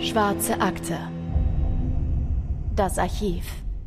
Schwarze Akte. Das Archiv.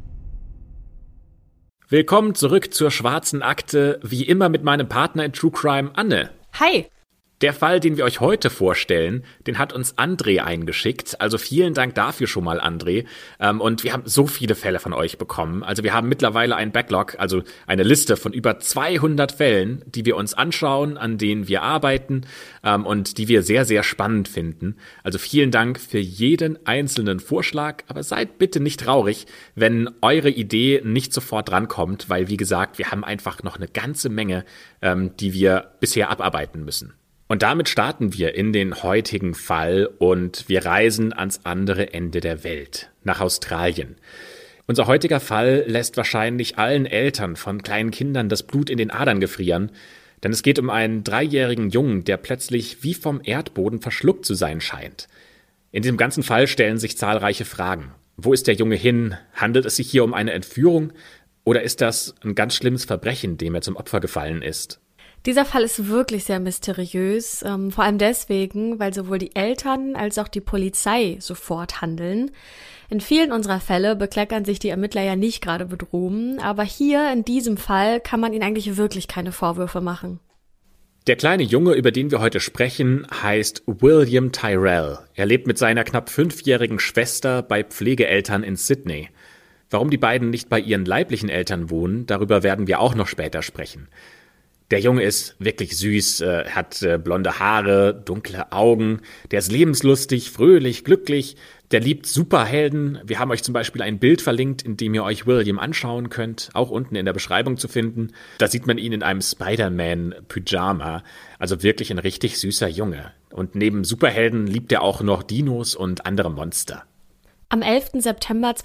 Willkommen zurück zur Schwarzen Akte, wie immer mit meinem Partner in True Crime, Anne. Hi. Der Fall, den wir euch heute vorstellen, den hat uns André eingeschickt. Also vielen Dank dafür schon mal, André. Und wir haben so viele Fälle von euch bekommen. Also wir haben mittlerweile einen Backlog, also eine Liste von über 200 Fällen, die wir uns anschauen, an denen wir arbeiten und die wir sehr, sehr spannend finden. Also vielen Dank für jeden einzelnen Vorschlag. Aber seid bitte nicht traurig, wenn eure Idee nicht sofort drankommt, weil, wie gesagt, wir haben einfach noch eine ganze Menge, die wir bisher abarbeiten müssen. Und damit starten wir in den heutigen Fall und wir reisen ans andere Ende der Welt, nach Australien. Unser heutiger Fall lässt wahrscheinlich allen Eltern von kleinen Kindern das Blut in den Adern gefrieren, denn es geht um einen 3-jährigen Jungen, der plötzlich wie vom Erdboden verschluckt zu sein scheint. In diesem ganzen Fall stellen sich zahlreiche Fragen. Wo ist der Junge hin? Handelt es sich hier um eine Entführung? Oder ist das ein ganz schlimmes Verbrechen, dem er zum Opfer gefallen ist? Dieser Fall ist wirklich sehr mysteriös, vor allem deswegen, weil sowohl die Eltern als auch die Polizei sofort handeln. In vielen unserer Fälle bekleckern sich die Ermittler ja nicht gerade mit Ruhm, aber hier in diesem Fall kann man ihnen eigentlich wirklich keine Vorwürfe machen. Der kleine Junge, über den wir heute sprechen, heißt William Tyrrell. Er lebt mit seiner knapp 5-jährigen Schwester bei Pflegeeltern in Sydney. Warum die beiden nicht bei ihren leiblichen Eltern wohnen, darüber werden wir auch noch später sprechen. Der Junge ist wirklich süß, hat blonde Haare, dunkle Augen, der ist lebenslustig, fröhlich, glücklich, der liebt Superhelden. Wir haben euch zum Beispiel ein Bild verlinkt, in dem ihr euch William anschauen könnt, auch unten in der Beschreibung zu finden. Da sieht man ihn in einem Spider-Man-Pyjama, also wirklich ein richtig süßer Junge. Und neben Superhelden liebt er auch noch Dinos und andere Monster. Am 11. September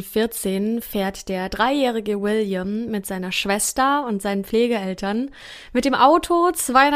2014 fährt der 3-jährige William mit seiner Schwester und seinen Pflegeeltern mit dem Auto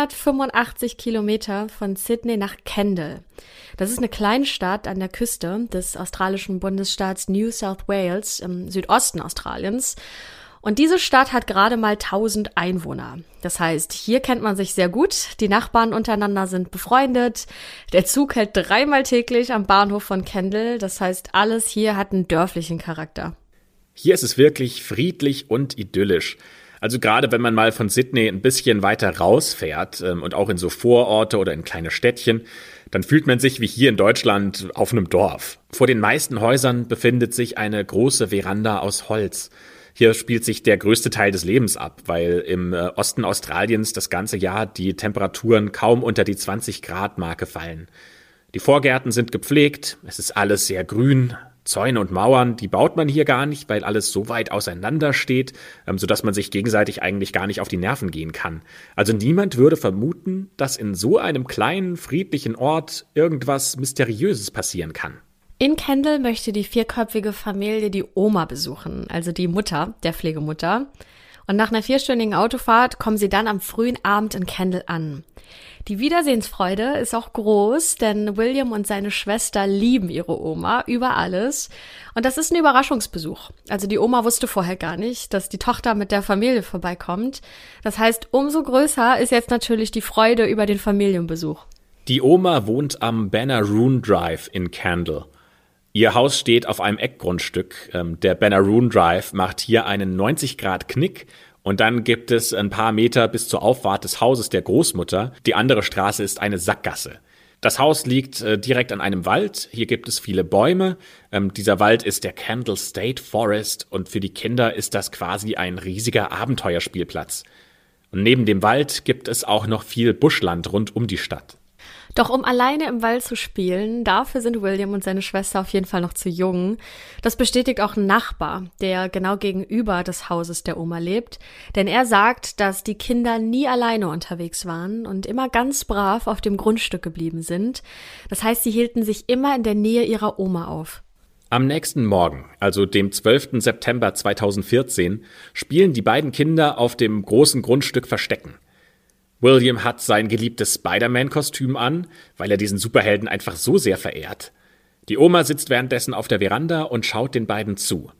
285 Kilometer von Sydney nach Kendal. Das ist eine Kleinstadt an der Küste des australischen Bundesstaats New South Wales im Südosten Australiens. Und diese Stadt hat gerade mal 1000 Einwohner. Das heißt, hier kennt man sich sehr gut, die Nachbarn untereinander sind befreundet, der Zug hält 3-mal täglich am Bahnhof von Kendal, das heißt, alles hier hat einen dörflichen Charakter. Hier ist es wirklich friedlich und idyllisch. Also gerade wenn man mal von Sydney ein bisschen weiter rausfährt und auch in so Vororte oder in kleine Städtchen, dann fühlt man sich wie hier in Deutschland auf einem Dorf. Vor den meisten Häusern befindet sich eine große Veranda aus Holz. Hier spielt sich der größte Teil des Lebens ab, weil im Osten Australiens das ganze Jahr die Temperaturen kaum unter die 20-Grad-Marke fallen. Die Vorgärten sind gepflegt, es ist alles sehr grün. Zäune und Mauern, die baut man hier gar nicht, weil alles so weit auseinander steht, sodass man sich gegenseitig eigentlich gar nicht auf die Nerven gehen kann. Also niemand würde vermuten, dass in so einem kleinen, friedlichen Ort irgendwas Mysteriöses passieren kann. In Kendal möchte die 4-köpfige Familie die Oma besuchen, also die Mutter, der Pflegemutter. Und nach einer 4-stündigen Autofahrt kommen sie dann am frühen Abend in Kendal an. Die Wiedersehensfreude ist auch groß, denn William und seine Schwester lieben ihre Oma über alles. Und das ist ein Überraschungsbesuch. Also die Oma wusste vorher gar nicht, dass die Tochter mit der Familie vorbeikommt. Das heißt, umso größer ist jetzt natürlich die Freude über den Familienbesuch. Die Oma wohnt am Bannaroon Drive in Kendal. Ihr Haus steht auf einem Eckgrundstück. Der Bannaroon Drive macht hier einen 90-Grad-Knick und dann gibt es ein paar Meter bis zur Auffahrt des Hauses der Großmutter. Die andere Straße ist eine Sackgasse. Das Haus liegt direkt an einem Wald. Hier gibt es viele Bäume. Dieser Wald ist der Kendal State Forest und für die Kinder ist das quasi ein riesiger Abenteuerspielplatz. Und neben dem Wald gibt es auch noch viel Buschland rund um die Stadt. Doch um alleine im Wald zu spielen, dafür sind William und seine Schwester auf jeden Fall noch zu jung. Das bestätigt auch ein Nachbar, der genau gegenüber des Hauses der Oma lebt. Denn er sagt, dass die Kinder nie alleine unterwegs waren und immer ganz brav auf dem Grundstück geblieben sind. Das heißt, sie hielten sich immer in der Nähe ihrer Oma auf. Am nächsten Morgen, also dem 12. September 2014, spielen die beiden Kinder auf dem großen Grundstück Verstecken. William hat sein geliebtes Spider-Man-Kostüm an, weil er diesen Superhelden einfach so sehr verehrt. Die Oma sitzt währenddessen auf der Veranda und schaut den beiden zu.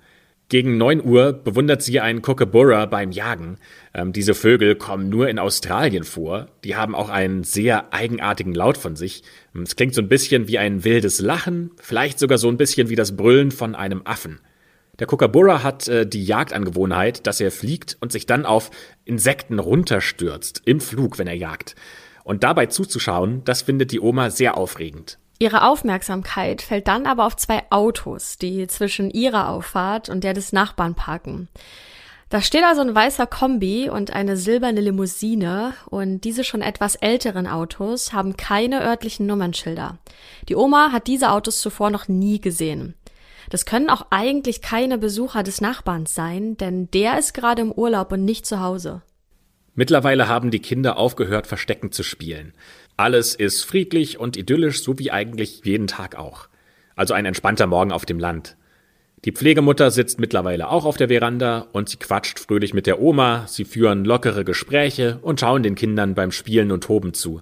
Gegen 9 Uhr bewundert sie einen Kookaburra beim Jagen. Diese Vögel kommen nur in Australien vor. Die haben auch einen sehr eigenartigen Laut von sich. Es klingt so ein bisschen wie ein wildes Lachen, vielleicht sogar so ein bisschen wie das Brüllen von einem Affen. Der Kookaburra hat die Jagdangewohnheit, dass er fliegt und sich dann auf Insekten runterstürzt, im Flug, wenn er jagt. Und dabei zuzuschauen, das findet die Oma sehr aufregend. Ihre Aufmerksamkeit fällt dann aber auf 2 Autos, die zwischen ihrer Auffahrt und der des Nachbarn parken. Da steht also ein weißer Kombi und eine silberne Limousine und diese schon etwas älteren Autos haben keine örtlichen Nummernschilder. Die Oma hat diese Autos zuvor noch nie gesehen. Das können auch eigentlich keine Besucher des Nachbarns sein, denn der ist gerade im Urlaub und nicht zu Hause. Mittlerweile haben die Kinder aufgehört, Verstecken zu spielen. Alles ist friedlich und idyllisch, so wie eigentlich jeden Tag auch. Also ein entspannter Morgen auf dem Land. Die Pflegemutter sitzt mittlerweile auch auf der Veranda und sie quatscht fröhlich mit der Oma, sie führen lockere Gespräche und schauen den Kindern beim Spielen und Toben zu.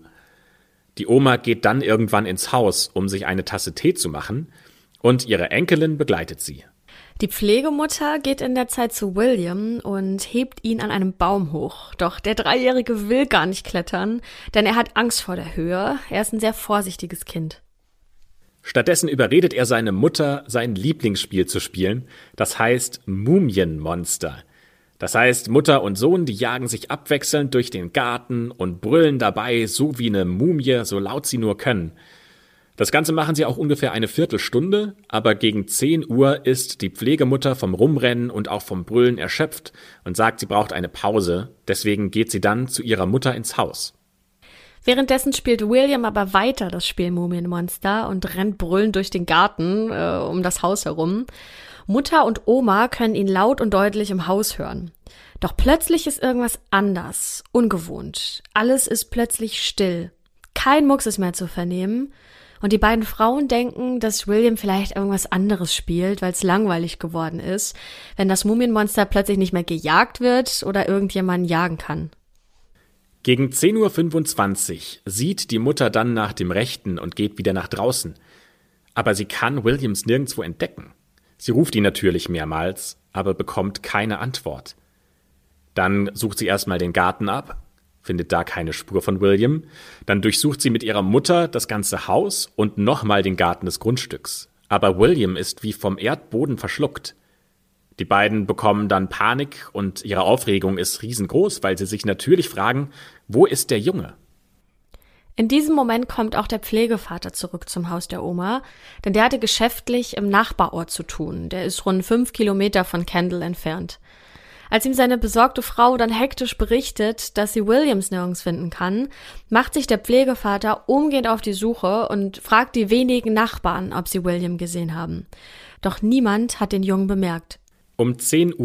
Die Oma geht dann irgendwann ins Haus, um sich eine Tasse Tee zu machen, und ihre Enkelin begleitet sie. Die Pflegemutter geht in der Zeit zu William und hebt ihn an einem Baum hoch. Doch der 3-Jährige will gar nicht klettern, denn er hat Angst vor der Höhe. Er ist ein sehr vorsichtiges Kind. Stattdessen überredet er seine Mutter, sein Lieblingsspiel zu spielen. Das heißt Mumienmonster. Das heißt, Mutter und Sohn, die jagen sich abwechselnd durch den Garten und brüllen dabei so wie eine Mumie, so laut sie nur können. Das Ganze machen sie auch ungefähr eine Viertelstunde, aber gegen 10 Uhr ist die Pflegemutter vom Rumrennen und auch vom Brüllen erschöpft und sagt, sie braucht eine Pause. Deswegen geht sie dann zu ihrer Mutter ins Haus. Währenddessen spielt William aber weiter das Spiel Mumienmonster und rennt brüllend durch den Garten um das Haus herum. Mutter und Oma können ihn laut und deutlich im Haus hören. Doch plötzlich ist irgendwas anders, ungewohnt. Alles ist plötzlich still. Kein Mucks ist mehr zu vernehmen. Und die beiden Frauen denken, dass William vielleicht irgendwas anderes spielt, weil es langweilig geworden ist, wenn das Mumienmonster plötzlich nicht mehr gejagt wird oder irgendjemanden jagen kann. Gegen 10:25 Uhr sieht die Mutter dann nach dem Rechten und geht wieder nach draußen. Aber sie kann Williams nirgendwo entdecken. Sie ruft ihn natürlich mehrmals, aber bekommt keine Antwort. Dann sucht sie erstmal den Garten ab, findet da keine Spur von William. Dann durchsucht sie mit ihrer Mutter das ganze Haus und nochmal den Garten des Grundstücks. Aber William ist wie vom Erdboden verschluckt. Die beiden bekommen dann Panik und ihre Aufregung ist riesengroß, weil sie sich natürlich fragen, wo ist der Junge? In diesem Moment kommt auch der Pflegevater zurück zum Haus der Oma, denn der hatte geschäftlich im Nachbarort zu tun. Der ist rund 5 Kilometer von Kendall entfernt. Als ihm seine besorgte Frau dann hektisch berichtet, dass sie Williams nirgends finden kann, macht sich der Pflegevater umgehend auf die Suche und fragt die wenigen Nachbarn, ob sie William gesehen haben. Doch niemand hat den Jungen bemerkt. Um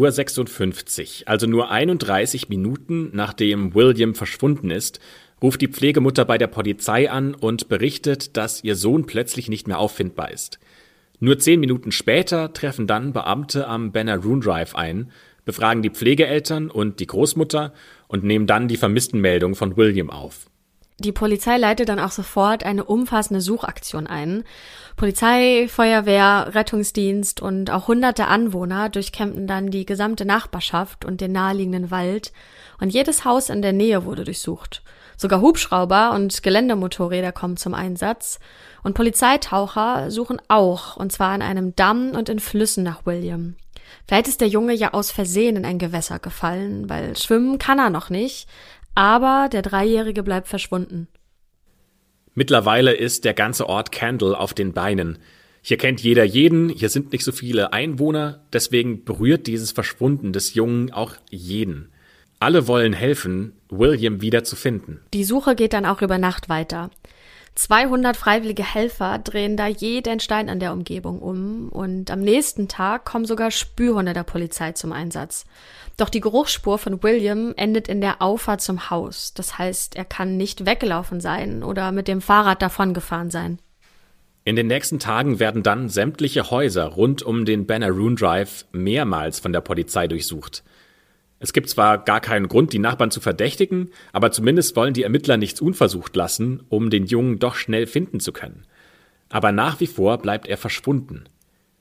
10:56 Uhr, also nur 31 Minuten nachdem William verschwunden ist, ruft die Pflegemutter bei der Polizei an und berichtet, dass ihr Sohn plötzlich nicht mehr auffindbar ist. Nur 10 Minuten später treffen dann Beamte am Banneroon Drive ein, befragen die Pflegeeltern und die Großmutter und nehmen dann die Vermisstenmeldung von William auf. Die Polizei leitet dann auch sofort eine umfassende Suchaktion ein. Polizei, Feuerwehr, Rettungsdienst und auch hunderte Anwohner durchkämmten dann die gesamte Nachbarschaft und den naheliegenden Wald. Und jedes Haus in der Nähe wurde durchsucht. Sogar Hubschrauber und Geländemotorräder kommen zum Einsatz. Und Polizeitaucher suchen auch, und zwar an einem Damm und in Flüssen nach William. Vielleicht ist der Junge ja aus Versehen in ein Gewässer gefallen, weil schwimmen kann er noch nicht. Aber der 3-Jährige bleibt verschwunden. Mittlerweile ist der ganze Ort Kendall auf den Beinen. Hier kennt jeder jeden, hier sind nicht so viele Einwohner, deswegen berührt dieses Verschwunden des Jungen auch jeden. Alle wollen helfen, William wieder zu finden. Die Suche geht dann auch über Nacht weiter. 200 freiwillige Helfer drehen da jeden Stein an der Umgebung um und am nächsten Tag kommen sogar Spürhunde der Polizei zum Einsatz. Doch die Geruchsspur von William endet in der Auffahrt zum Haus. Das heißt, er kann nicht weggelaufen sein oder mit dem Fahrrad davongefahren sein. In den nächsten Tagen werden dann sämtliche Häuser rund um den Banneroon Drive mehrmals von der Polizei durchsucht. Es gibt zwar gar keinen Grund, die Nachbarn zu verdächtigen, aber zumindest wollen die Ermittler nichts unversucht lassen, um den Jungen doch schnell finden zu können. Aber nach wie vor bleibt er verschwunden.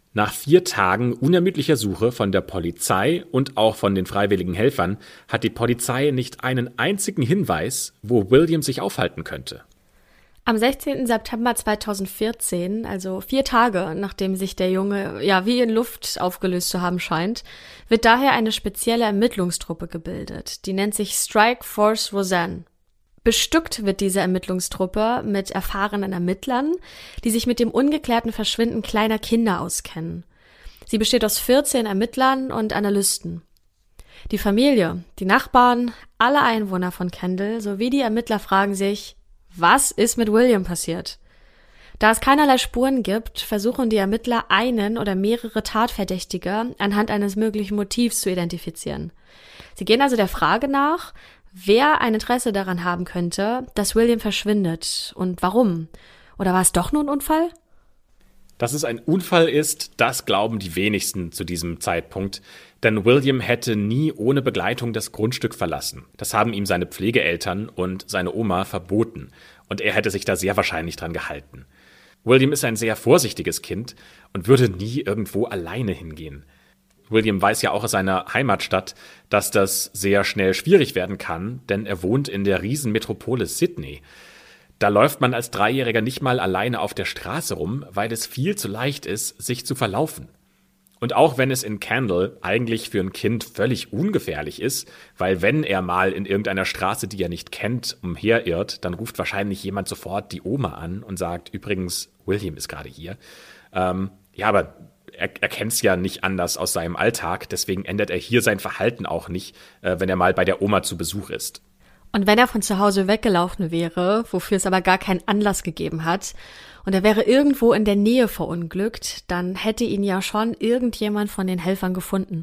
Nach 4 Tagen unermüdlicher Suche von der Polizei und auch von den freiwilligen Helfern hat die Polizei nicht einen einzigen Hinweis, wo William sich aufhalten könnte. Am 16. September 2014, also 4 Tage, nachdem sich der Junge wie in Luft aufgelöst zu haben scheint, wird daher eine spezielle Ermittlungstruppe gebildet. Die nennt sich Strike Force Roseanne. Bestückt wird diese Ermittlungstruppe mit erfahrenen Ermittlern, die sich mit dem ungeklärten Verschwinden kleiner Kinder auskennen. Sie besteht aus 14 Ermittlern und Analysten. Die Familie, die Nachbarn, alle Einwohner von Kendall sowie die Ermittler fragen sich, was ist mit William passiert? Da es keinerlei Spuren gibt, versuchen die Ermittler einen oder mehrere Tatverdächtige anhand eines möglichen Motivs zu identifizieren. Sie gehen also der Frage nach, wer ein Interesse daran haben könnte, dass William verschwindet und warum. Oder war es doch nur ein Unfall? Dass es ein Unfall ist, das glauben die wenigsten zu diesem Zeitpunkt, denn William hätte nie ohne Begleitung das Grundstück verlassen. Das haben ihm seine Pflegeeltern und seine Oma verboten und er hätte sich da sehr wahrscheinlich dran gehalten. William ist ein sehr vorsichtiges Kind und würde nie irgendwo alleine hingehen. William weiß ja auch aus seiner Heimatstadt, dass das sehr schnell schwierig werden kann, denn er wohnt in der Riesenmetropole Sydney. Da läuft man als Dreijähriger nicht mal alleine auf der Straße rum, weil es viel zu leicht ist, sich zu verlaufen. Und auch wenn es in Kendall eigentlich für ein Kind völlig ungefährlich ist, weil wenn er mal in irgendeiner Straße, die er nicht kennt, umherirrt, dann ruft wahrscheinlich jemand sofort die Oma an und sagt, übrigens, William ist gerade hier. Aber er kennt es ja nicht anders aus seinem Alltag, deswegen ändert er hier sein Verhalten auch nicht, wenn er mal bei der Oma zu Besuch ist. Und wenn er von zu Hause weggelaufen wäre, wofür es aber gar keinen Anlass gegeben hat, und er wäre irgendwo in der Nähe verunglückt, dann hätte ihn ja schon irgendjemand von den Helfern gefunden.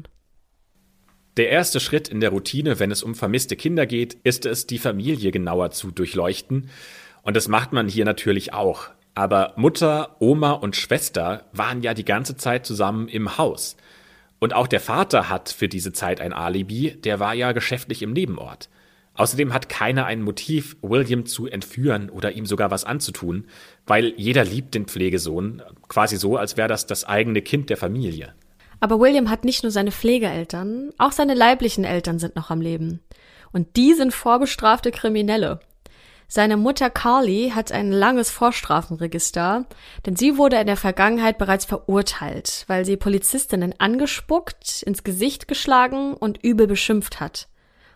Der erste Schritt in der Routine, wenn es um vermisste Kinder geht, ist es, die Familie genauer zu durchleuchten. Und das macht man hier natürlich auch. Aber Mutter, Oma und Schwester waren ja die ganze Zeit zusammen im Haus. Und auch der Vater hat für diese Zeit ein Alibi, der war ja geschäftlich im Nebenort. Außerdem hat keiner ein Motiv, William zu entführen oder ihm sogar was anzutun, weil jeder liebt den Pflegesohn, quasi so, als wäre das eigene Kind der Familie. Aber William hat nicht nur seine Pflegeeltern, auch seine leiblichen Eltern sind noch am Leben. Und die sind vorbestrafte Kriminelle. Seine Mutter Carly hat ein langes Vorstrafenregister, denn sie wurde in der Vergangenheit bereits verurteilt, weil sie Polizistinnen angespuckt, ins Gesicht geschlagen und übel beschimpft hat.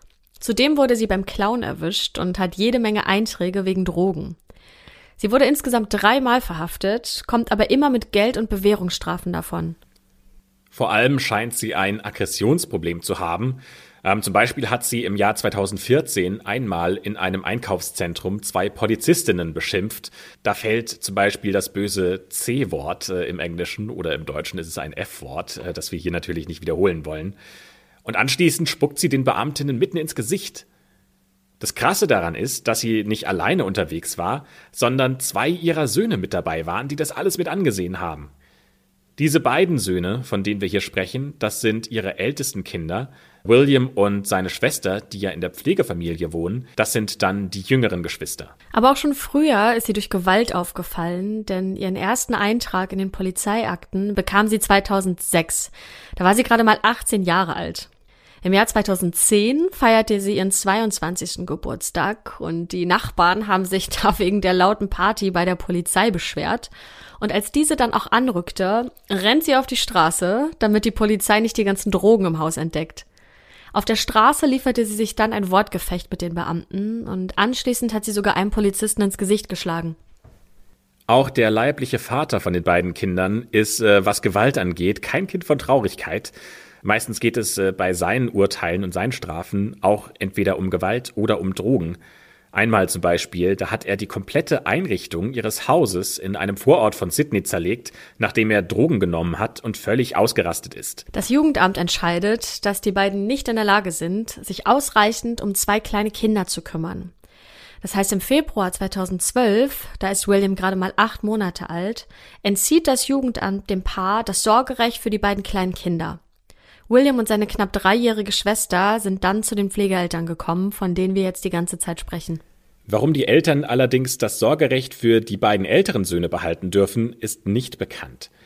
Zudem wurde sie beim Klauen erwischt und hat jede Menge Einträge wegen Drogen. Sie wurde insgesamt 3-mal verhaftet, kommt aber immer mit Geld- und Bewährungsstrafen davon. Vor allem scheint sie ein Aggressionsproblem zu haben. Zum Beispiel hat sie im Jahr 2014 einmal in einem Einkaufszentrum 2 Polizistinnen beschimpft. Da fällt zum Beispiel das böse C-Wort im Englischen oder im Deutschen ist es ein F-Wort, das wir hier natürlich nicht wiederholen wollen. Und anschließend spuckt sie den Beamtinnen mitten ins Gesicht. Das Krasse daran ist, dass sie nicht alleine unterwegs war, sondern 2 ihrer Söhne mit dabei waren, die das alles mit angesehen haben. Diese beiden Söhne, von denen wir hier sprechen, das sind ihre ältesten Kinder. William und seine Schwester, die ja in der Pflegefamilie wohnen, das sind dann die jüngeren Geschwister. Aber auch schon früher ist sie durch Gewalt aufgefallen, denn ihren ersten Eintrag in den Polizeiakten bekam sie 2006. Da war sie gerade mal 18 Jahre alt. Im Jahr 2010 feierte sie ihren 22. Geburtstag und die Nachbarn haben sich da wegen der lauten Party bei der Polizei beschwert. Und als diese dann auch anrückte, rennt sie auf die Straße, damit die Polizei nicht die ganzen Drogen im Haus entdeckt. Auf der Straße lieferte sie sich dann ein Wortgefecht mit den Beamten und anschließend hat sie sogar einem Polizisten ins Gesicht geschlagen. Auch der leibliche Vater von den beiden Kindern ist, was Gewalt angeht, kein Kind von Traurigkeit. Meistens geht es bei seinen Urteilen und seinen Strafen auch entweder um Gewalt oder um Drogen. Einmal zum Beispiel, da hat er die komplette Einrichtung ihres Hauses in einem Vorort von Sydney zerlegt, nachdem er Drogen genommen hat und völlig ausgerastet ist. Das Jugendamt entscheidet, dass die beiden nicht in der Lage sind, sich ausreichend um 2 kleine Kinder zu kümmern. Das heißt, im Februar 2012, da ist William gerade mal 8 Monate alt, entzieht das Jugendamt dem Paar das Sorgerecht für die beiden kleinen Kinder. William und seine knapp 3-jährige Schwester sind dann zu den Pflegeeltern gekommen, von denen wir jetzt die ganze Zeit sprechen. Warum die Eltern allerdings das Sorgerecht für die beiden älteren Söhne behalten dürfen, ist nicht bekannt.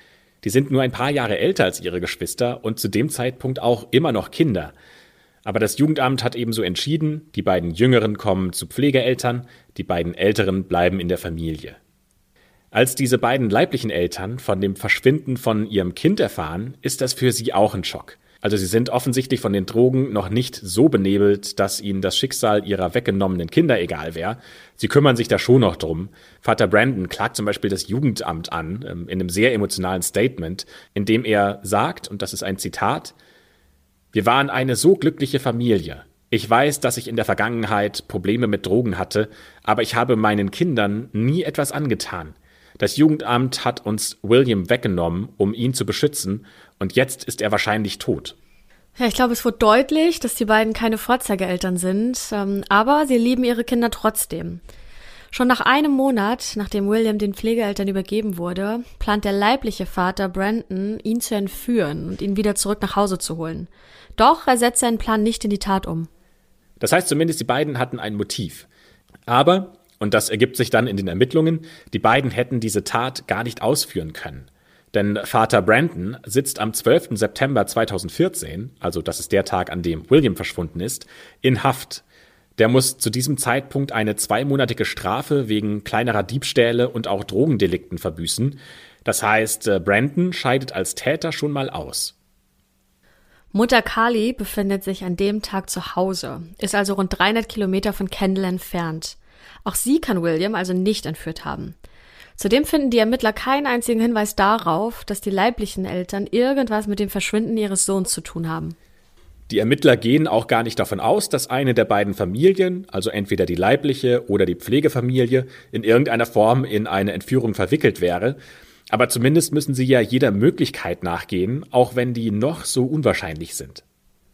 Die sind nur ein paar Jahre älter als ihre Geschwister und zu dem Zeitpunkt auch immer noch Kinder. Aber das Jugendamt hat ebenso entschieden, die beiden Jüngeren kommen zu Pflegeeltern, die beiden Älteren bleiben in der Familie. Als diese beiden leiblichen Eltern von dem Verschwinden von ihrem Kind erfahren, ist das für sie auch ein Schock. Also sie sind offensichtlich von den Drogen noch nicht so benebelt, dass ihnen das Schicksal ihrer weggenommenen Kinder egal wäre. Sie kümmern sich da schon noch drum. Vater Brandon klagt zum Beispiel das Jugendamt an, in einem sehr emotionalen Statement, in dem er sagt, und das ist ein Zitat: Wir waren eine so glückliche Familie. Ich weiß, dass ich in der Vergangenheit Probleme mit Drogen hatte, aber ich habe meinen Kindern nie etwas angetan. Das Jugendamt hat uns William weggenommen, um ihn zu beschützen, und jetzt ist er wahrscheinlich tot. Ja, ich glaube, es wurde deutlich, dass die beiden keine Vorzeigeeltern sind, aber sie lieben ihre Kinder trotzdem. Schon nach einem Monat, nachdem William den Pflegeeltern übergeben wurde, plant der leibliche Vater Brandon, ihn zu entführen und ihn wieder zurück nach Hause zu holen. Doch er setzt seinen Plan nicht in die Tat um. Das heißt zumindest, die beiden hatten ein Motiv. Aber, und das ergibt sich dann in den Ermittlungen, die beiden hätten diese Tat gar nicht ausführen können. Denn Vater Brandon sitzt am 12. September 2014, also das ist der Tag, an dem William verschwunden ist, in Haft. Der muss zu diesem Zeitpunkt eine 2-monatige Strafe wegen kleinerer Diebstähle und auch Drogendelikten verbüßen. Das heißt, Brandon scheidet als Täter schon mal aus. Mutter Carly befindet sich an dem Tag zu Hause, ist also rund 300 Kilometer von Kendall entfernt. Auch sie kann William also nicht entführt haben. Zudem finden die Ermittler keinen einzigen Hinweis darauf, dass die leiblichen Eltern irgendwas mit dem Verschwinden ihres Sohns zu tun haben. Die Ermittler gehen auch gar nicht davon aus, dass eine der beiden Familien, also entweder die leibliche oder die Pflegefamilie, in irgendeiner Form in eine Entführung verwickelt wäre. Aber zumindest müssen sie ja jeder Möglichkeit nachgehen, auch wenn die noch so unwahrscheinlich sind.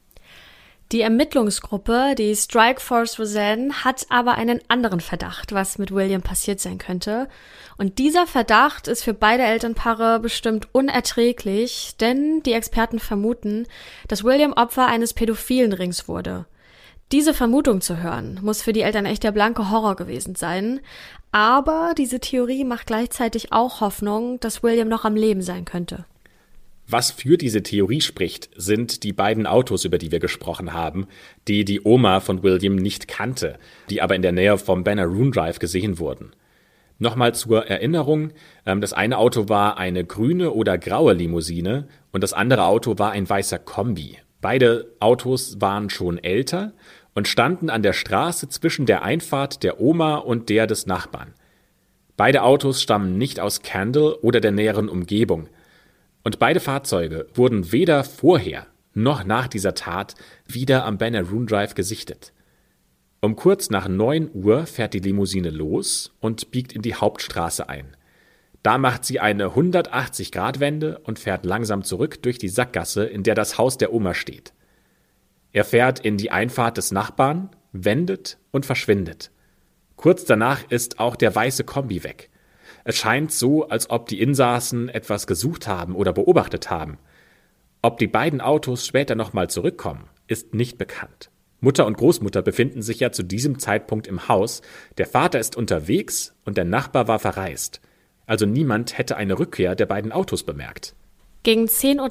Die Ermittlungsgruppe, die Strike Force Roseanne, hat aber einen anderen Verdacht, was mit William passiert sein könnte. Und dieser Verdacht ist für beide Elternpaare bestimmt unerträglich, denn die Experten vermuten, dass William Opfer eines pädophilen Rings wurde. Diese Vermutung zu hören, muss für die Eltern echt der blanke Horror gewesen sein. Aber diese Theorie macht gleichzeitig auch Hoffnung, dass William noch am Leben sein könnte. Was für diese Theorie spricht, sind die beiden Autos, über die wir gesprochen haben, die die Oma von William nicht kannte, die aber in der Nähe vom Banner-Rune Drive gesehen wurden. Nochmal zur Erinnerung, das eine Auto war eine grüne oder graue Limousine und das andere Auto war ein weißer Kombi. Beide Autos waren schon älter und standen an der Straße zwischen der Einfahrt der Oma und der des Nachbarn. Beide Autos stammen nicht aus Kendall oder der näheren Umgebung. Und beide Fahrzeuge wurden weder vorher noch nach dieser Tat wieder am Banner-Rune Drive gesichtet. Um kurz nach 9 Uhr fährt die Limousine los und biegt in die Hauptstraße ein. Da macht sie eine 180-Grad-Wende und fährt langsam zurück durch die Sackgasse, in der das Haus der Oma steht. Er fährt in die Einfahrt des Nachbarn, wendet und verschwindet. Kurz danach ist auch der weiße Kombi weg. Es scheint so, als ob die Insassen etwas gesucht haben oder beobachtet haben. Ob die beiden Autos später nochmal zurückkommen, ist nicht bekannt. Mutter und Großmutter befinden sich ja zu diesem Zeitpunkt im Haus. Der Vater ist unterwegs und der Nachbar war verreist. Also niemand hätte eine Rückkehr der beiden Autos bemerkt. Gegen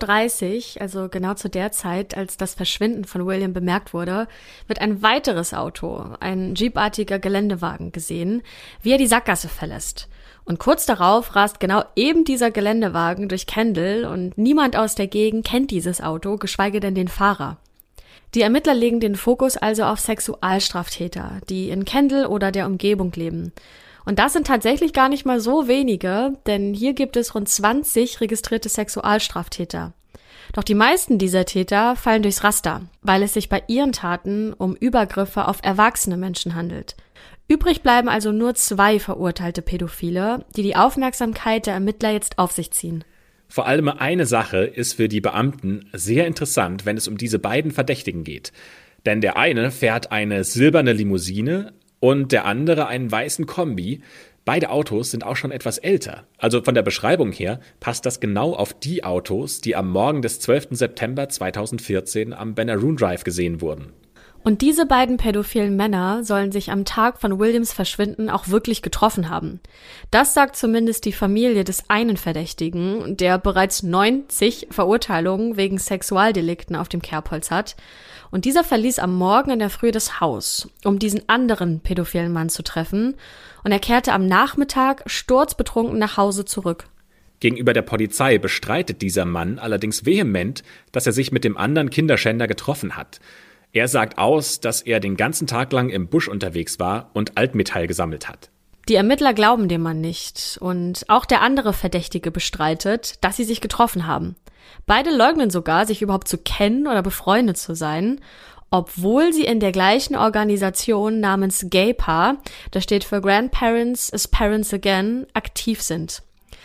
10:30 Uhr, also genau zu der Zeit, als das Verschwinden von William bemerkt wurde, wird ein weiteres Auto, ein jeepartiger Geländewagen, gesehen, wie er die Sackgasse verlässt. Und kurz darauf rast genau eben dieser Geländewagen durch Kendall und niemand aus der Gegend kennt dieses Auto, geschweige denn den Fahrer. Die Ermittler legen den Fokus also auf Sexualstraftäter, die in Kendall oder der Umgebung leben. Und das sind tatsächlich gar nicht mal so wenige, denn hier gibt es rund 20 registrierte Sexualstraftäter. Doch die meisten dieser Täter fallen durchs Raster, weil es sich bei ihren Taten um Übergriffe auf erwachsene Menschen handelt. Übrig bleiben also nur 2 verurteilte Pädophile, die die Aufmerksamkeit der Ermittler jetzt auf sich ziehen. Vor allem eine Sache ist für die Beamten sehr interessant, wenn es um diese beiden Verdächtigen geht. Denn der eine fährt eine silberne Limousine und der andere einen weißen Kombi. Beide Autos sind auch schon etwas älter. Also von der Beschreibung her passt das genau auf die Autos, die am Morgen des 12. September 2014 am Banner-Rune Drive gesehen wurden. Und diese beiden pädophilen Männer sollen sich am Tag von Williams Verschwinden auch wirklich getroffen haben. Das sagt zumindest die Familie des einen Verdächtigen, der bereits 90 Verurteilungen wegen Sexualdelikten auf dem Kerbholz hat. Und dieser verließ am Morgen in der Früh das Haus, um diesen anderen pädophilen Mann zu treffen. Und er kehrte am Nachmittag sturzbetrunken nach Hause zurück. Gegenüber der Polizei bestreitet dieser Mann allerdings vehement, dass er sich mit dem anderen Kinderschänder getroffen hat. Er sagt aus, dass er den ganzen Tag lang im Busch unterwegs war und Altmetall gesammelt hat. Die Ermittler glauben dem Mann nicht und auch der andere Verdächtige bestreitet, dass sie sich getroffen haben. Beide leugnen sogar, sich überhaupt zu kennen oder befreundet zu sein, obwohl sie in der gleichen Organisation namens GAYPA, das steht für Grandparents as Parents Again, aktiv sind.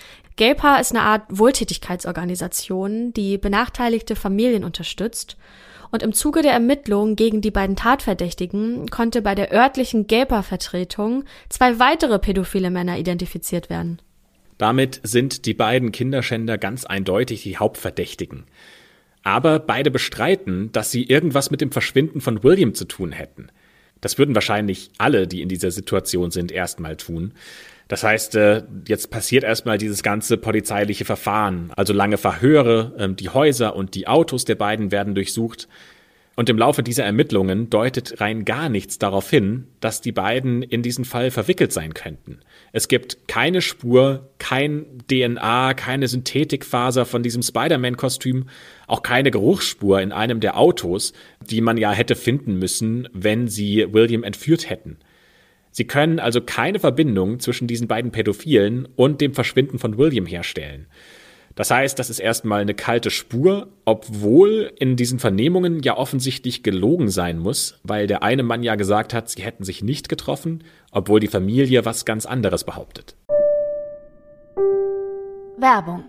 GAYPA ist eine Art Wohltätigkeitsorganisation, die benachteiligte Familien unterstützt. Und im Zuge der Ermittlungen gegen die beiden Tatverdächtigen konnte bei der örtlichen GAYPA-Vertretung 2 weitere pädophile Männer identifiziert werden. Damit sind die beiden Kinderschänder ganz eindeutig die Hauptverdächtigen. Aber beide bestreiten, dass sie irgendwas mit dem Verschwinden von William zu tun hätten. Das würden wahrscheinlich alle, die in dieser Situation sind, erstmal tun. Das heißt, jetzt passiert erstmal dieses ganze polizeiliche Verfahren, also lange Verhöre, die Häuser und die Autos der beiden werden durchsucht. Und im Laufe dieser Ermittlungen deutet rein gar nichts darauf hin, dass die beiden in diesen Fall verwickelt sein könnten. Es gibt keine Spur, kein DNA, keine Synthetikfaser von diesem Spider-Man-Kostüm, auch keine Geruchsspur in einem der Autos, die man ja hätte finden müssen, wenn sie William entführt hätten. Sie können also keine Verbindung zwischen diesen beiden Pädophilen und dem Verschwinden von William herstellen. Das heißt, das ist erstmal eine kalte Spur, obwohl in diesen Vernehmungen ja offensichtlich gelogen sein muss, weil der eine Mann ja gesagt hat, sie hätten sich nicht getroffen, obwohl die Familie was ganz anderes behauptet. Werbung.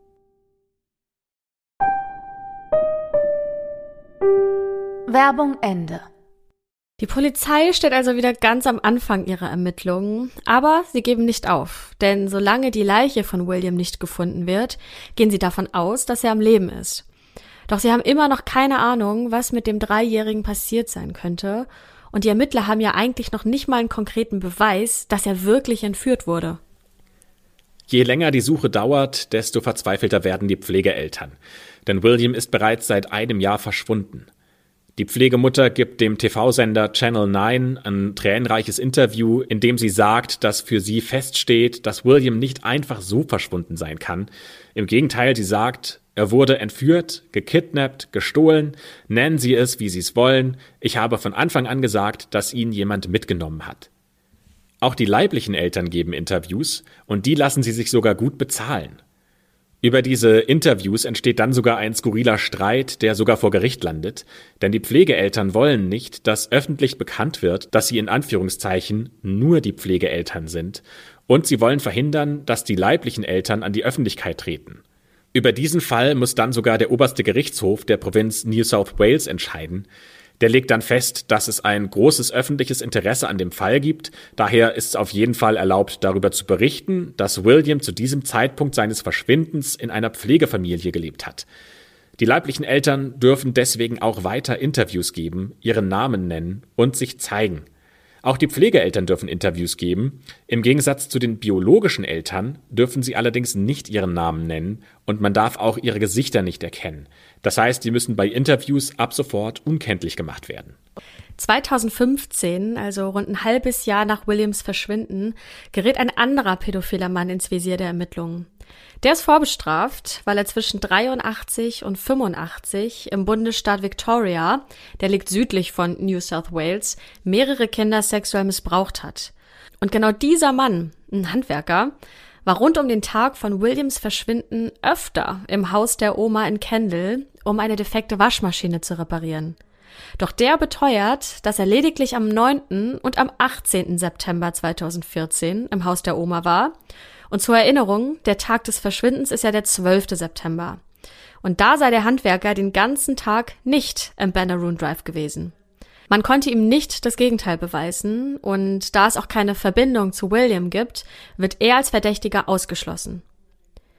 Werbung Ende. Die Polizei steht also wieder ganz am Anfang ihrer Ermittlungen, aber sie geben nicht auf, denn solange die Leiche von William nicht gefunden wird, gehen sie davon aus, dass er am Leben ist. Doch sie haben immer noch keine Ahnung, was mit dem 3-Jährigen passiert sein könnte, und die Ermittler haben ja eigentlich noch nicht mal einen konkreten Beweis, dass er wirklich entführt wurde. Je länger die Suche dauert, desto verzweifelter werden die Pflegeeltern, denn William ist bereits seit einem Jahr verschwunden. Die Pflegemutter gibt dem TV-Sender Channel 9 ein tränenreiches Interview, in dem sie sagt, dass für sie feststeht, dass William nicht einfach so verschwunden sein kann. Im Gegenteil, sie sagt, er wurde entführt, gekidnappt, gestohlen, nennen Sie es, wie Sie es wollen. Ich habe von Anfang an gesagt, dass ihn jemand mitgenommen hat. Auch die leiblichen Eltern geben Interviews und die lassen sie sich sogar gut bezahlen. Über diese Interviews entsteht dann sogar ein skurriler Streit, der sogar vor Gericht landet, denn die Pflegeeltern wollen nicht, dass öffentlich bekannt wird, dass sie in Anführungszeichen nur die Pflegeeltern sind, und sie wollen verhindern, dass die leiblichen Eltern an die Öffentlichkeit treten. Über diesen Fall muss dann sogar der oberste Gerichtshof der Provinz New South Wales entscheiden. Der legt dann fest, dass es ein großes öffentliches Interesse an dem Fall gibt. Daher ist es auf jeden Fall erlaubt, darüber zu berichten, dass William zu diesem Zeitpunkt seines Verschwindens in einer Pflegefamilie gelebt hat. Die leiblichen Eltern dürfen deswegen auch weiter Interviews geben, ihren Namen nennen und sich zeigen. Auch die Pflegeeltern dürfen Interviews geben. Im Gegensatz zu den biologischen Eltern dürfen sie allerdings nicht ihren Namen nennen und man darf auch ihre Gesichter nicht erkennen. Das heißt, die müssen bei Interviews ab sofort unkenntlich gemacht werden. 2015, also rund ein halbes Jahr nach Williams Verschwinden, gerät ein anderer pädophiler Mann ins Visier der Ermittlungen. Der ist vorbestraft, weil er zwischen 83 und 85 im Bundesstaat Victoria, der liegt südlich von New South Wales, mehrere Kinder sexuell missbraucht hat. Und genau dieser Mann, ein Handwerker, war rund um den Tag von Williams Verschwinden öfter im Haus der Oma in Kendall, um eine defekte Waschmaschine zu reparieren. Doch der beteuert, dass er lediglich am 9. und am 18. September 2014 im Haus der Oma war. Und zur Erinnerung, der Tag des Verschwindens ist ja der 12. September. Und da sei der Handwerker den ganzen Tag nicht im Banneroon Drive gewesen. Man konnte ihm nicht das Gegenteil beweisen und da es auch keine Verbindung zu William gibt, wird er als Verdächtiger ausgeschlossen.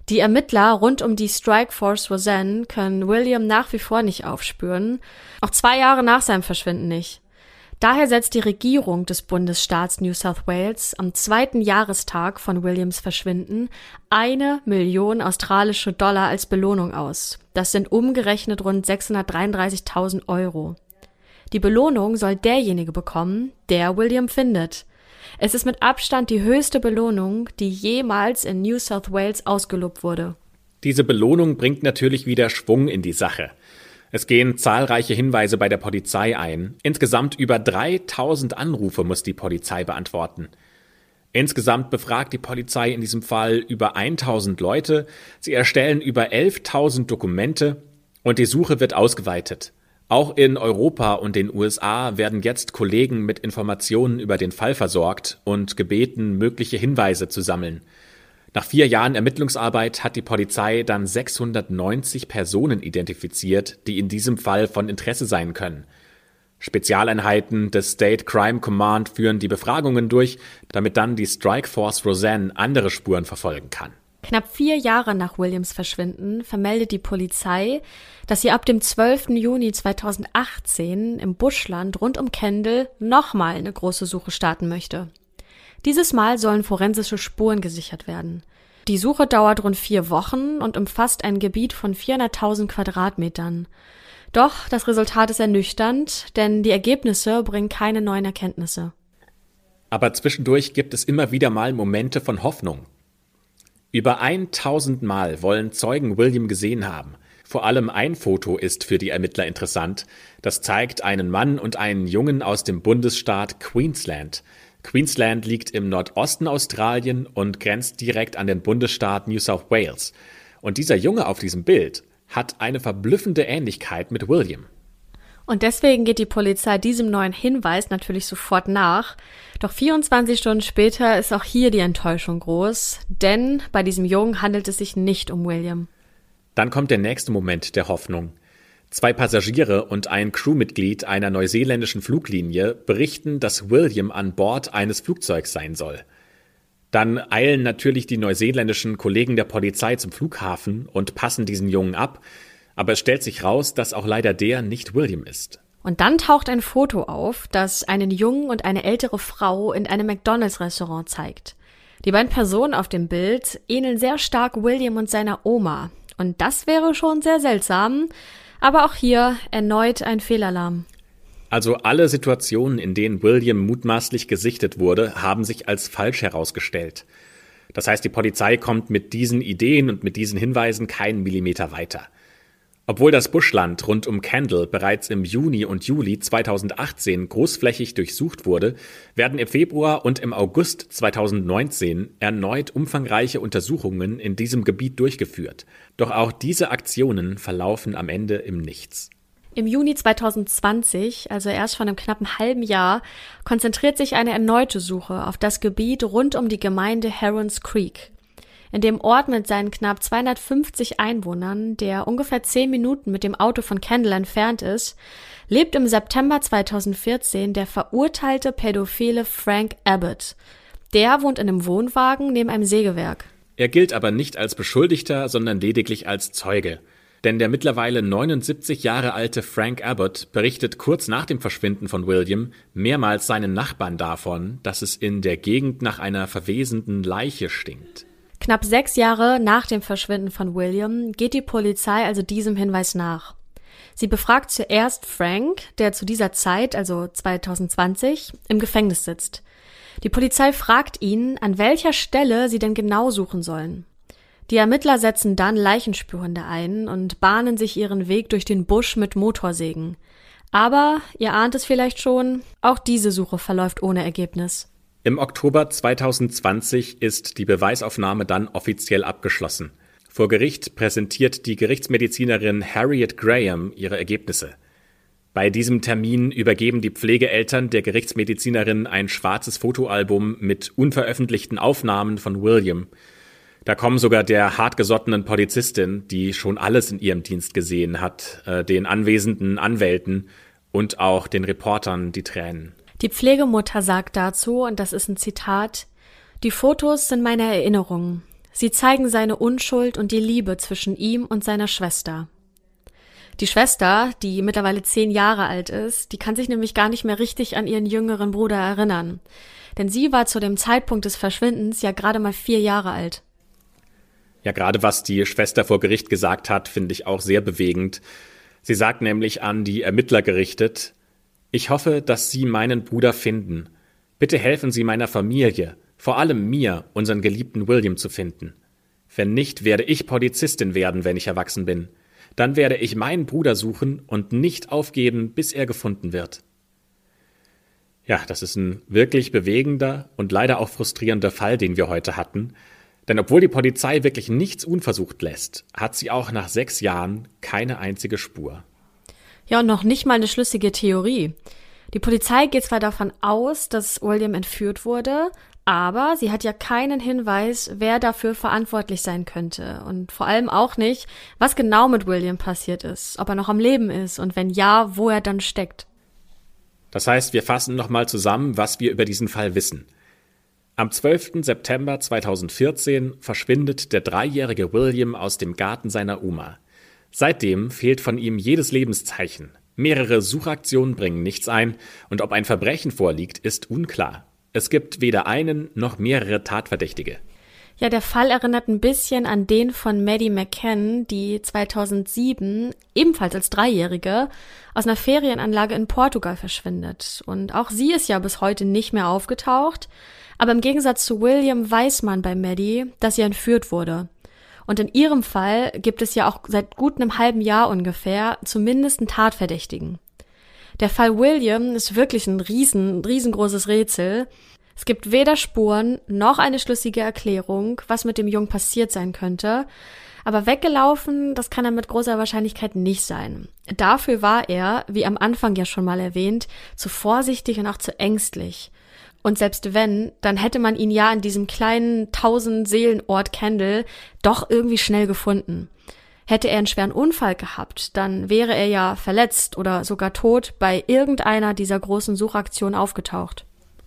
Die Ermittler rund um die Strikeforce Roseanne können William nach wie vor nicht aufspüren, auch 2 Jahre nach seinem Verschwinden nicht. Daher setzt die Regierung des Bundesstaats New South Wales am 2. Jahrestag von Williams Verschwinden 1 Million australische Dollar als Belohnung aus. Das sind umgerechnet rund 633.000 Euro. Die Belohnung soll derjenige bekommen, der William findet. Es ist mit Abstand die höchste Belohnung, die jemals in New South Wales ausgelobt wurde. Diese Belohnung bringt natürlich wieder Schwung in die Sache. Es gehen zahlreiche Hinweise bei der Polizei ein. Insgesamt über 3000 Anrufe muss die Polizei beantworten. Insgesamt befragt die Polizei in diesem Fall über 1000 Leute. Sie erstellen über 11.000 Dokumente und die Suche wird ausgeweitet. Auch in Europa und den USA werden jetzt Kollegen mit Informationen über den Fall versorgt und gebeten, mögliche Hinweise zu sammeln. Nach 4 Jahren Ermittlungsarbeit hat die Polizei dann 690 Personen identifiziert, die in diesem Fall von Interesse sein können. Spezialeinheiten des State Crime Command führen die Befragungen durch, damit dann die Strikeforce Roseanne andere Spuren verfolgen kann. Knapp 4 Jahre nach Williams Verschwinden vermeldet die Polizei, dass sie ab dem 12. Juni 2018 im Buschland rund um Kendall nochmal eine große Suche starten möchte. Dieses Mal sollen forensische Spuren gesichert werden. Die Suche dauert rund 4 Wochen und umfasst ein Gebiet von 400.000 Quadratmetern. Doch das Resultat ist ernüchternd, denn die Ergebnisse bringen keine neuen Erkenntnisse. Aber zwischendurch gibt es immer wieder mal Momente von Hoffnung. Über 1000 Mal wollen Zeugen William gesehen haben. Vor allem ein Foto ist für die Ermittler interessant. Das zeigt einen Mann und einen Jungen aus dem Bundesstaat Queensland. Queensland liegt im Nordosten Australien und grenzt direkt an den Bundesstaat New South Wales. Und dieser Junge auf diesem Bild hat eine verblüffende Ähnlichkeit mit William. Und deswegen geht die Polizei diesem neuen Hinweis natürlich sofort nach. Doch 24 Stunden später ist auch hier die Enttäuschung groß, denn bei diesem Jungen handelt es sich nicht um William. Dann kommt der nächste Moment der Hoffnung. 2 Passagiere und ein Crewmitglied einer neuseeländischen Fluglinie berichten, dass William an Bord eines Flugzeugs sein soll. Dann eilen natürlich die neuseeländischen Kollegen der Polizei zum Flughafen und passen diesen Jungen ab, aber es stellt sich raus, dass auch leider der nicht William ist. Und dann taucht ein Foto auf, das einen Jungen und eine ältere Frau in einem McDonald's-Restaurant zeigt. Die beiden Personen auf dem Bild ähneln sehr stark William und seiner Oma. Und das wäre schon sehr seltsam. Aber auch hier erneut ein Fehlalarm. Also alle Situationen, in denen William mutmaßlich gesichtet wurde, haben sich als falsch herausgestellt. Das heißt, die Polizei kommt mit diesen Ideen und mit diesen Hinweisen keinen Millimeter weiter. Obwohl das Buschland rund um Kendall bereits im Juni und Juli 2018 großflächig durchsucht wurde, werden im Februar und im August 2019 erneut umfangreiche Untersuchungen in diesem Gebiet durchgeführt. Doch auch diese Aktionen verlaufen am Ende im Nichts. Im Juni 2020, also erst vor einem knappen halben Jahr, konzentriert sich eine erneute Suche auf das Gebiet rund um die Gemeinde Herons Creek. In dem Ort mit seinen knapp 250 Einwohnern, der ungefähr 10 Minuten mit dem Auto von Kendall entfernt ist, lebt im September 2014 der verurteilte Pädophile Frank Abbott. Der wohnt in einem Wohnwagen neben einem Sägewerk. Er gilt aber nicht als Beschuldigter, sondern lediglich als Zeuge. Denn der mittlerweile 79 Jahre alte Frank Abbott berichtet kurz nach dem Verschwinden von William mehrmals seinen Nachbarn davon, dass es in der Gegend nach einer verwesenden Leiche stinkt. Knapp 6 Jahre nach dem Verschwinden von William geht die Polizei also diesem Hinweis nach. Sie befragt zuerst Frank, der zu dieser Zeit, also 2020, im Gefängnis sitzt. Die Polizei fragt ihn, an welcher Stelle sie denn genau suchen sollen. Die Ermittler setzen dann Leichenspürhunde ein und bahnen sich ihren Weg durch den Busch mit Motorsägen. Aber, ihr ahnt es vielleicht schon, auch diese Suche verläuft ohne Ergebnis. Im Oktober 2020 ist die Beweisaufnahme dann offiziell abgeschlossen. Vor Gericht präsentiert die Gerichtsmedizinerin Harriet Graham ihre Ergebnisse. Bei diesem Termin übergeben die Pflegeeltern der Gerichtsmedizinerin ein schwarzes Fotoalbum mit unveröffentlichten Aufnahmen von William. Da kommen sogar der hartgesottenen Polizistin, die schon alles in ihrem Dienst gesehen hat, den anwesenden Anwälten und auch den Reportern die Tränen. Die Pflegemutter sagt dazu, und das ist ein Zitat, „Die Fotos sind meine Erinnerungen. Sie zeigen seine Unschuld und die Liebe zwischen ihm und seiner Schwester. Die Schwester, die mittlerweile 10 Jahre alt ist, die kann sich nämlich gar nicht mehr richtig an ihren jüngeren Bruder erinnern. Denn sie war zu dem Zeitpunkt des Verschwindens ja gerade mal 4 Jahre alt. Ja, gerade was die Schwester vor Gericht gesagt hat, finde ich auch sehr bewegend. Sie sagt nämlich an die Ermittler gerichtet: Ich hoffe, dass Sie meinen Bruder finden. Bitte helfen Sie meiner Familie, vor allem mir, unseren geliebten William zu finden. Wenn nicht, werde ich Polizistin werden, wenn ich erwachsen bin. Dann werde ich meinen Bruder suchen und nicht aufgeben, bis er gefunden wird. Ja, das ist ein wirklich bewegender und leider auch frustrierender Fall, den wir heute hatten. Denn obwohl die Polizei wirklich nichts unversucht lässt, hat sie auch nach 6 Jahren keine einzige Spur. Ja, und noch nicht mal eine schlüssige Theorie. Die Polizei geht zwar davon aus, dass William entführt wurde, aber sie hat ja keinen Hinweis, wer dafür verantwortlich sein könnte. Und vor allem auch nicht, was genau mit William passiert ist, ob er noch am Leben ist und wenn ja, wo er dann steckt. Das heißt, wir fassen nochmal zusammen, was wir über diesen Fall wissen. Am 12. September 2014 verschwindet der 3-jährige William aus dem Garten seiner Oma. Seitdem fehlt von ihm jedes Lebenszeichen. Mehrere Suchaktionen bringen nichts ein und ob ein Verbrechen vorliegt, ist unklar. Es gibt weder einen noch mehrere Tatverdächtige. Ja, der Fall erinnert ein bisschen an den von Maddie McCann, die 2007 ebenfalls als 3-Jährige aus einer Ferienanlage in Portugal verschwindet. Und auch sie ist ja bis heute nicht mehr aufgetaucht. Aber im Gegensatz zu William weiß man bei Maddie, dass sie entführt wurde. Und in ihrem Fall gibt es ja auch seit gut einem halben Jahr ungefähr zumindest einen Tatverdächtigen. Der Fall William ist wirklich ein riesengroßes Rätsel. Es gibt weder Spuren noch eine schlüssige Erklärung, was mit dem Jungen passiert sein könnte. Aber weggelaufen, das kann er mit großer Wahrscheinlichkeit nicht sein. Dafür war er, wie am Anfang ja schon mal erwähnt, zu vorsichtig und auch zu ängstlich. Und selbst wenn, dann hätte man ihn ja in diesem kleinen 1000-Seelen-Ort Kendall doch irgendwie schnell gefunden. Hätte er einen schweren Unfall gehabt, dann wäre er ja verletzt oder sogar tot bei irgendeiner dieser großen Suchaktionen aufgetaucht.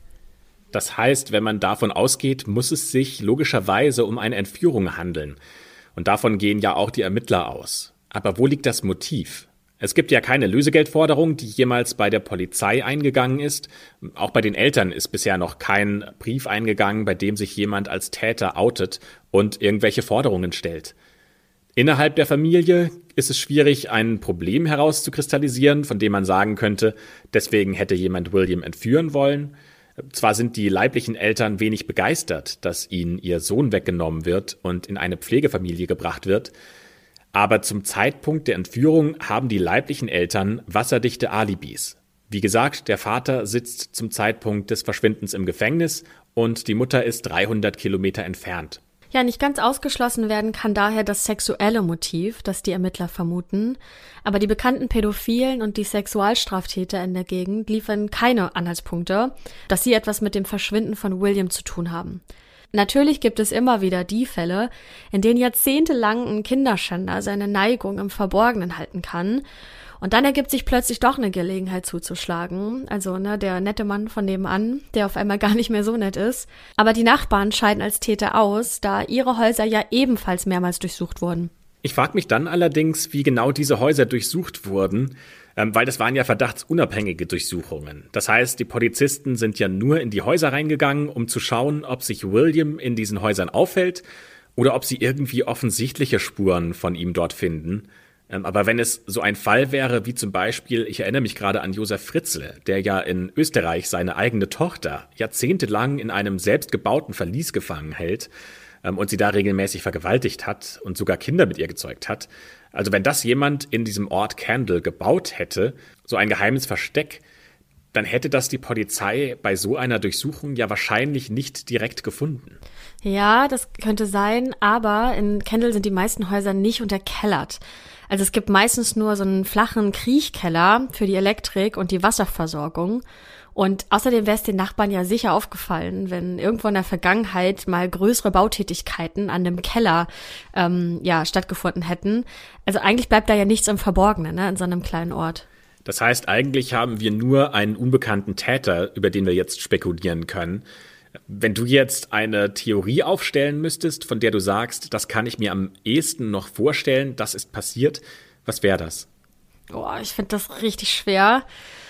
Das heißt, wenn man davon ausgeht, muss es sich logischerweise um eine Entführung handeln. Und davon gehen ja auch die Ermittler aus. Aber wo liegt das Motiv? Es gibt ja keine Lösegeldforderung, die jemals bei der Polizei eingegangen ist. Auch bei den Eltern ist bisher noch kein Brief eingegangen, bei dem sich jemand als Täter outet und irgendwelche Forderungen stellt. Innerhalb der Familie ist es schwierig, ein Problem herauszukristallisieren, von dem man sagen könnte, deswegen hätte jemand William entführen wollen. Zwar sind die leiblichen Eltern wenig begeistert, dass ihnen ihr Sohn weggenommen wird und in eine Pflegefamilie gebracht wird, aber zum Zeitpunkt der Entführung haben die leiblichen Eltern wasserdichte Alibis. Wie gesagt, der Vater sitzt zum Zeitpunkt des Verschwindens im Gefängnis und die Mutter ist 300 Kilometer entfernt. Ja, nicht ganz ausgeschlossen werden kann daher das sexuelle Motiv, das die Ermittler vermuten. Aber die bekannten Pädophilen und die Sexualstraftäter in der Gegend liefern keine Anhaltspunkte, dass sie etwas mit dem Verschwinden von William zu tun haben. Natürlich gibt es immer wieder die Fälle, in denen jahrzehntelang ein Kinderschänder seine Neigung im Verborgenen halten kann. Und dann ergibt sich plötzlich doch eine Gelegenheit zuzuschlagen. Also der nette Mann von nebenan, der auf einmal gar nicht mehr so nett ist. Aber die Nachbarn scheiden als Täter aus, da ihre Häuser ja ebenfalls mehrmals durchsucht wurden. Ich frage mich dann allerdings, wie genau diese Häuser durchsucht wurden, weil das waren ja verdachtsunabhängige Durchsuchungen. Das heißt, die Polizisten sind ja nur in die Häuser reingegangen, um zu schauen, ob sich William in diesen Häusern auffällt oder ob sie irgendwie offensichtliche Spuren von ihm dort finden. Aber wenn es so ein Fall wäre, wie zum Beispiel, ich erinnere mich gerade an Josef Fritzl, der ja in Österreich seine eigene Tochter jahrzehntelang in einem selbstgebauten Verlies gefangen hält und sie da regelmäßig vergewaltigt hat und sogar Kinder mit ihr gezeugt hat. Also wenn das jemand in diesem Ort Kendall gebaut hätte, so ein geheimes Versteck, dann hätte das die Polizei bei so einer Durchsuchung ja wahrscheinlich nicht direkt gefunden. Ja, das könnte sein, aber in Kendall sind die meisten Häuser nicht unterkellert. Also es gibt meistens nur so einen flachen Kriechkeller für die Elektrik und die Wasserversorgung. Und außerdem wäre es den Nachbarn ja sicher aufgefallen, wenn irgendwo in der Vergangenheit mal größere Bautätigkeiten an dem Keller stattgefunden hätten. Also eigentlich bleibt da ja nichts im Verborgenen, in so einem kleinen Ort. Das heißt, eigentlich haben wir nur einen unbekannten Täter, über den wir jetzt spekulieren können. Wenn du jetzt eine Theorie aufstellen müsstest, von der du sagst, das kann ich mir am ehesten noch vorstellen, das ist passiert, was wäre das? Boah, ich finde das richtig schwer.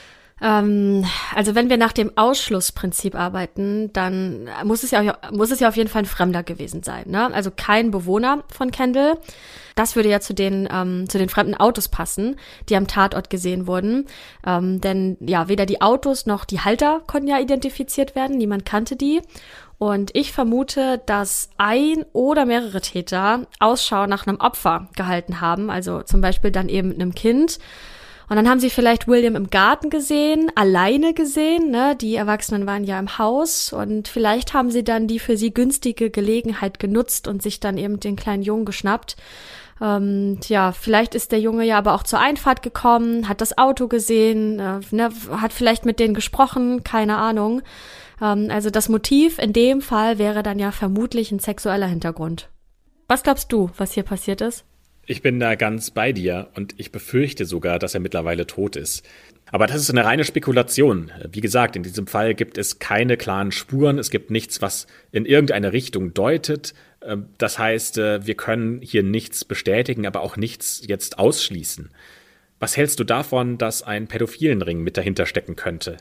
Also wenn wir nach dem Ausschlussprinzip arbeiten, dann muss es ja auf jeden Fall ein Fremder gewesen sein, ne? Also kein Bewohner von Kendall. Das würde ja zu den fremden Autos passen, die am Tatort gesehen wurden. Denn ja, weder die Autos noch die Halter konnten ja identifiziert werden. Niemand kannte die. Und ich vermute, dass ein oder mehrere Täter Ausschau nach einem Opfer gehalten haben. Also zum Beispiel dann eben mit einem Kind. Und dann haben sie vielleicht William im Garten gesehen, alleine gesehen, ne? Die Erwachsenen waren ja im Haus und vielleicht haben sie dann die für sie günstige Gelegenheit genutzt und sich dann eben den kleinen Jungen geschnappt. Vielleicht ist der Junge ja aber auch zur Einfahrt gekommen, hat das Auto gesehen, hat vielleicht mit denen gesprochen, keine Ahnung. Also das Motiv in dem Fall wäre dann ja vermutlich ein sexueller Hintergrund. Was glaubst du, was hier passiert ist? Ich bin da ganz bei dir und ich befürchte sogar, dass er mittlerweile tot ist. Aber das ist eine reine Spekulation. Wie gesagt, in diesem Fall gibt es keine klaren Spuren. Es gibt nichts, was in irgendeine Richtung deutet. Das heißt, wir können hier nichts bestätigen, aber auch nichts jetzt ausschließen. Was hältst du davon, dass ein pädophilen Ring mit dahinter stecken könnte?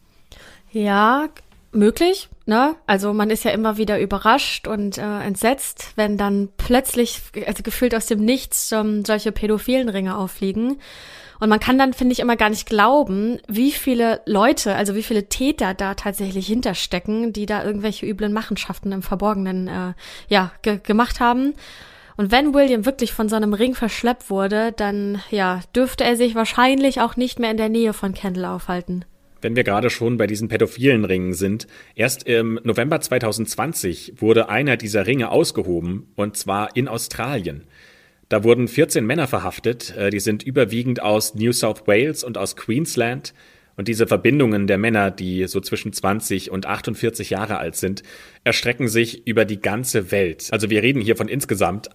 Ja, möglich, ne? Also man ist ja immer wieder überrascht und entsetzt, wenn dann plötzlich, also gefühlt aus dem Nichts, solche pädophilen Ringe auffliegen. Und man kann dann, finde ich, immer gar nicht glauben, wie viele Leute, also wie viele Täter da tatsächlich hinterstecken, die da irgendwelche üblen Machenschaften im Verborgenen gemacht haben. Und wenn William wirklich von so einem Ring verschleppt wurde, dann dürfte er sich wahrscheinlich auch nicht mehr in der Nähe von Kendall aufhalten. Wenn wir gerade schon bei diesen pädophilen Ringen sind, erst im November 2020 wurde einer dieser Ringe ausgehoben, und zwar in Australien. Da wurden 14 Männer verhaftet, die sind überwiegend aus New South Wales und aus Queensland. Und diese Verbindungen der Männer, die so zwischen 20 und 48 Jahre alt sind, erstrecken sich über die ganze Welt. Also wir reden hier von insgesamt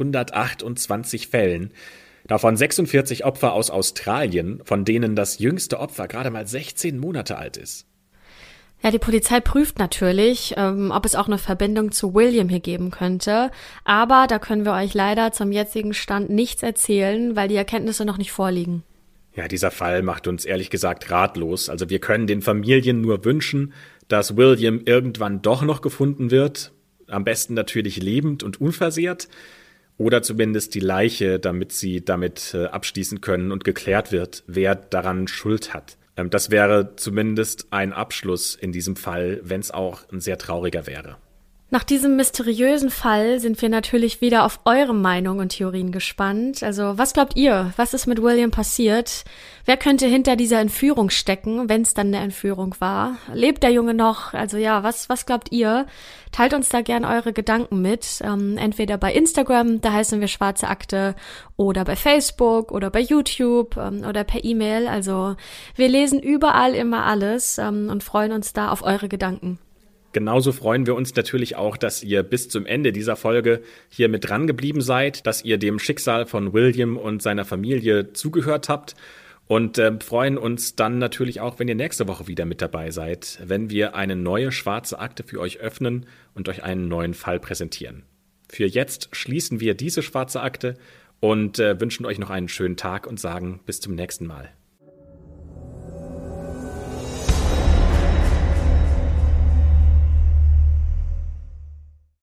828 Fällen. Davon 46 Opfer aus Australien, von denen das jüngste Opfer gerade mal 16 Monate alt ist. Ja, die Polizei prüft natürlich, ob es auch eine Verbindung zu William hier geben könnte. Aber da können wir euch leider zum jetzigen Stand nichts erzählen, weil die Erkenntnisse noch nicht vorliegen. Ja, dieser Fall macht uns ehrlich gesagt ratlos. Also wir können den Familien nur wünschen, dass William irgendwann doch noch gefunden wird. Am besten natürlich lebend und unversehrt. Oder zumindest die Leiche, damit sie damit abschließen können und geklärt wird, wer daran Schuld hat. Das wäre zumindest ein Abschluss in diesem Fall, wenn es auch ein sehr trauriger wäre. Nach diesem mysteriösen Fall sind wir natürlich wieder auf eure Meinung und Theorien gespannt. Also, was glaubt ihr? Was ist mit William passiert? Wer könnte hinter dieser Entführung stecken, wenn es dann eine Entführung war? Lebt der Junge noch? Also ja, was glaubt ihr? Teilt uns da gern eure Gedanken mit. Entweder bei Instagram, da heißen wir Schwarze Akte, oder bei Facebook oder bei YouTube oder per E-Mail. Also wir lesen überall immer alles und freuen uns da auf eure Gedanken. Genauso freuen wir uns natürlich auch, dass ihr bis zum Ende dieser Folge hier mit dran geblieben seid, dass ihr dem Schicksal von William und seiner Familie zugehört habt und freuen uns dann natürlich auch, wenn ihr nächste Woche wieder mit dabei seid, wenn wir eine neue Schwarze Akte für euch öffnen und euch einen neuen Fall präsentieren. Für jetzt schließen wir diese Schwarze Akte und wünschen euch noch einen schönen Tag und sagen bis zum nächsten Mal.